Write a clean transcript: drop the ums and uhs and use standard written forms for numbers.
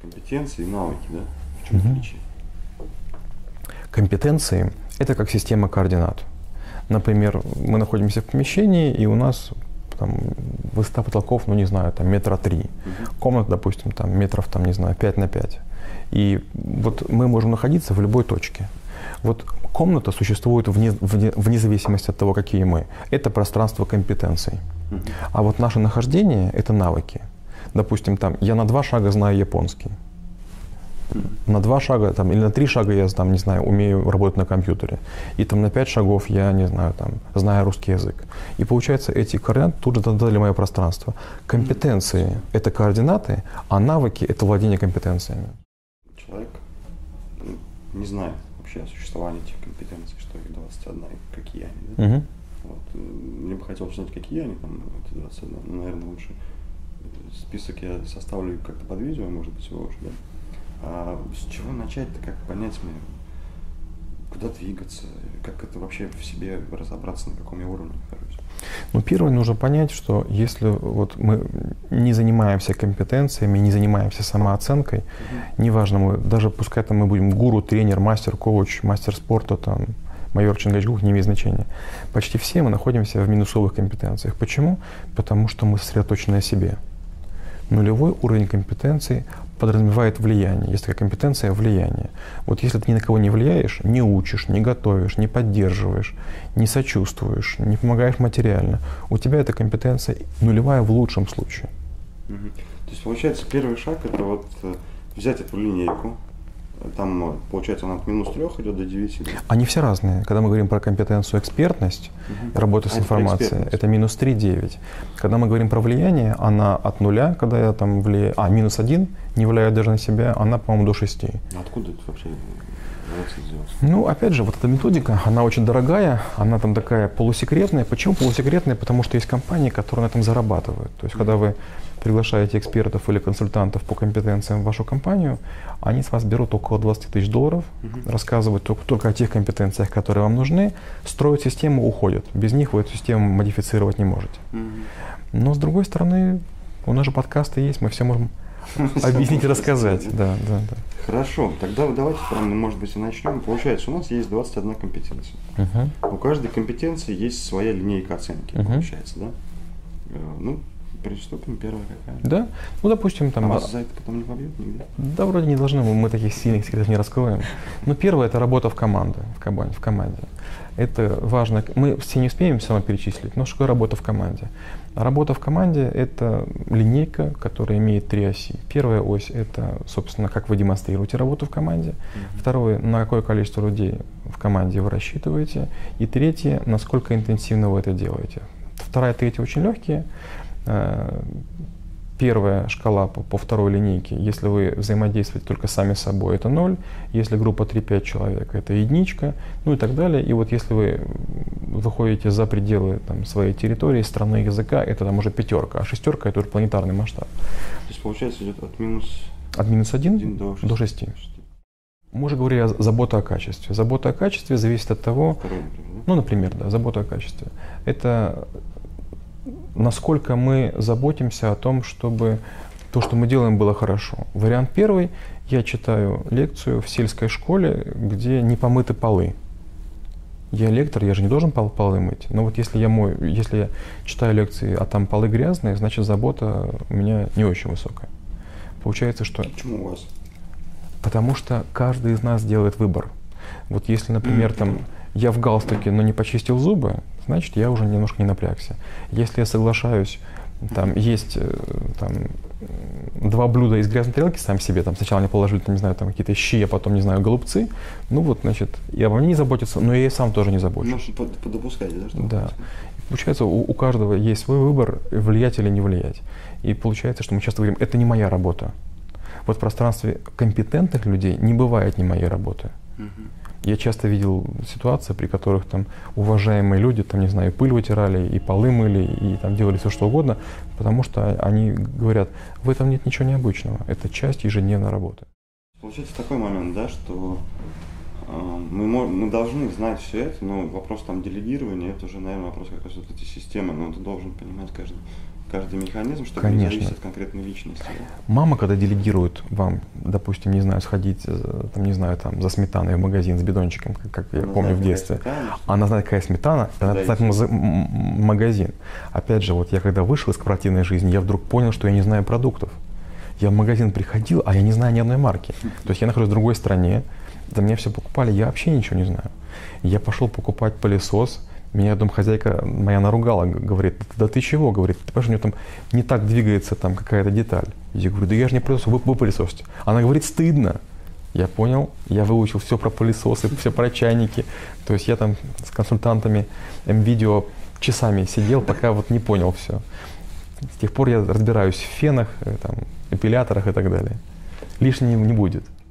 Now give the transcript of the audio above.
Компетенции и навыки, да? В чем отличие? Компетенции – это как система координат. Например, мы находимся в помещении, и у нас там высота потолков, ну не знаю, там метра 3. Комната, допустим, там метров, там, не знаю, 5 на 5. И вот мы можем находиться в любой точке. Вот комната существует вне зависимости от того, какие мы. Это пространство компетенций. А вот наше нахождение – это навыки. Допустим, там, я на 2 шага знаю японский. На 2 шага там, или на 3 шага я там, не знаю, умею работать на компьютере. И там, на 5 шагов я, не знаю, там, знаю русский язык. И получается, эти координаты тут же дали мое пространство. Компетенции – это координаты, а навыки – это владение компетенциями. Человек не знает вообще о существовании этих компетенций, что их 21, и какие они. Да? Вот. Мне бы хотелось знать, какие они, там, эти 21. Ну, наверное, лучше список я составлю как-то под видео, может быть, его уже, да? А с чего начать-то, как понять мне, куда двигаться, как это вообще в себе разобраться, на каком я уровне нахожусь? Ну, первое, нужно понять, что если вот мы не занимаемся компетенциями, не занимаемся самооценкой, неважно, мы, даже пускай там мы будем гуру, тренер, мастер, коуч, мастер спорта, там, майор Чингачгук, не имеет значения. Почти все мы находимся в минусовых компетенциях. Почему? Потому что мы сосредоточены на себе. Нулевой уровень компетенции подразумевает влияние. Есть такая компетенция – влияние. Вот если ты ни на кого не влияешь, не учишь, не готовишь, не поддерживаешь, не сочувствуешь, не помогаешь материально, у тебя эта компетенция нулевая в лучшем случае. То есть, получается, первый шаг – это вот взять эту линейку. Там, получается, она от -3 идет до 9. Да? Они все разные. Когда мы говорим про компетенцию экспертность, работа с информацией, это -3, 9. Когда мы говорим про влияние, она от 0, когда я там влияю, -1, не влияю даже на себя, она, по-моему, до 6. Откуда это вообще сделать? Ну, опять же, вот эта методика, она очень дорогая, она там такая полусекретная. Почему полусекретная? Потому что есть компании, которые на этом зарабатывают. То есть, когда вы приглашаете экспертов или консультантов по компетенциям в вашу компанию, они с вас берут около $20 000, рассказывают только о тех компетенциях, которые вам нужны, строят систему, уходят. Без них вы эту систему модифицировать не можете. Но, с другой стороны, у нас же подкасты есть, мы все можем объяснить и рассказать. Да. Хорошо, тогда давайте, может быть, и начнем. Получается, у нас есть 21 компетенция. У каждой компетенции есть своя линейка оценки, получается, да? Ну, приступим, первая какая? Да, ну, допустим, там… А вас за это потом не побьют нигде? Да, вроде не должны, мы таких сильных секретов не раскроем. Но первое – это работа в команде. Это важно. Мы все не успеем все равно перечислить, но что такое работа в команде? Работа в команде – это линейка, которая имеет 3 оси. Первая ось – это, собственно, как вы демонстрируете работу в команде. Второе – на какое количество людей в команде вы рассчитываете. И третье – насколько интенсивно вы это делаете. Вторая и третья очень легкие. Первая шкала по второй линейке, если вы взаимодействуете только сами с собой, это 0. Если группа 3-5 человек, это 1, ну и так далее. И вот если вы выходите за пределы там, своей территории, страны, языка, это там уже 5, а 6 – это уже планетарный масштаб. То есть, получается, идет от -1 до 6. Мы уже говорили о заботе о качестве. Забота о качестве зависит от того, например, забота о качестве. Это насколько мы заботимся о том, чтобы то, что мы делаем, было хорошо. Вариант первый. Я читаю лекцию в сельской школе, где не помыты полы. Я лектор, я же не должен полы мыть. Но вот если я читаю лекции, а там полы грязные, значит забота у меня не очень высокая. Получается, что… Почему у вас? Потому что каждый из нас делает выбор. Вот если, например, там я в галстуке, но не почистил зубы, значит, я уже немножко не напрягся. Если я соглашаюсь, там есть там, 2 блюда из грязной тарелки сам себе, там сначала мне положили, там, не знаю, там какие-то щи, а потом, не знаю, голубцы, ну вот, значит, и обо мне не заботятся, но я и сам тоже не забочусь. Ну, подопускаете, да? Что да. Получается, у каждого есть свой выбор, влиять или не влиять. И получается, что мы часто говорим, это не моя работа. Вот в пространстве компетентных людей не бывает не моей работы. Я часто видел ситуации, при которых там уважаемые люди, там, не знаю, пыль вытирали, и полы мыли, и там делали все что угодно, потому что они говорят, в этом нет ничего необычного, это часть ежедневной работы. Получается такой момент, да, что мы должны знать все это, но вопрос там делегирования, это уже, наверное, вопрос как раз вот этой системы, но ты должен понимать каждый механизм, чтобы не зависеть от конкретной личности. Мама, когда делегирует вам, допустим, не знаю, сходить, там, не знаю, там, за сметаной в магазин с бидончиком, как я помню в детстве, она знает, какая сметана, она знает магазин. Опять же, вот я когда вышел из корпоративной жизни, я вдруг понял, что я не знаю продуктов. Я в магазин приходил, а я не знаю ни одной марки. То есть я нахожусь в другой стране, за меня все покупали, я вообще ничего не знаю. Я пошел покупать пылесос, меня домхозяйка моя наругала, говорит, да ты чего, говорит, ты понимаешь, у нее там не так двигается там какая-то деталь. Я говорю, да я же не пылесос, вы пылесосите. Она говорит, стыдно. Я понял, я выучил все про пылесосы, все про чайники. То есть я там с консультантами МВидео часами сидел, пока вот не понял все. С тех пор я разбираюсь в фенах, там, эпиляторах и так далее. Лишнего не будет.